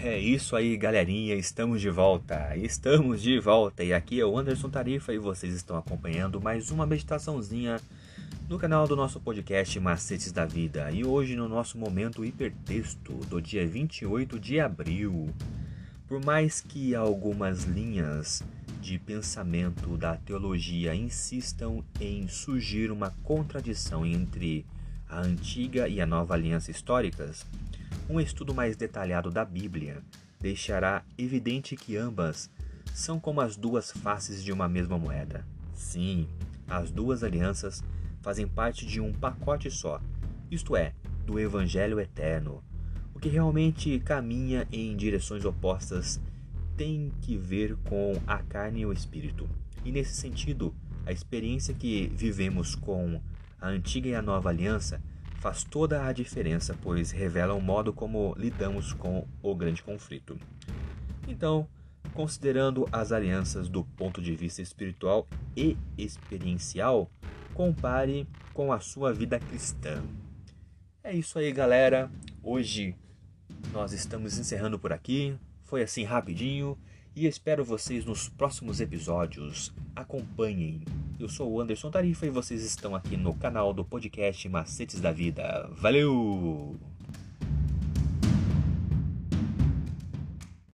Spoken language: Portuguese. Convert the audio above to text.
É isso aí, galerinha, estamos de volta, e aqui é o Anderson Tarifa e vocês estão acompanhando mais uma meditaçãozinha no canal do nosso podcast Macetes da Vida. E hoje no nosso momento hipertexto do dia 28 de abril. Por mais que algumas linhas de pensamento da teologia insistam em surgir uma contradição entre a antiga e a nova aliança históricas, um estudo mais detalhado da Bíblia deixará evidente que ambas são como as duas faces de uma mesma moeda. Sim, as duas alianças fazem parte de um pacote só, isto é, do Evangelho eterno. O que realmente caminha em direções opostas tem que ver com a carne e o espírito. E nesse sentido, a experiência que vivemos com a antiga e a nova aliança faz toda a diferença, pois revela o modo como lidamos com o grande conflito. Então, considerando as alianças do ponto de vista espiritual e experiencial, compare com a sua vida cristã. É isso aí, galera. Hoje nós estamos encerrando por aqui. Foi assim rapidinho e espero vocês nos próximos episódios. Acompanhem. Eu sou o Anderson Tarifa e vocês estão aqui no canal do podcast Macetes da Vida. Valeu!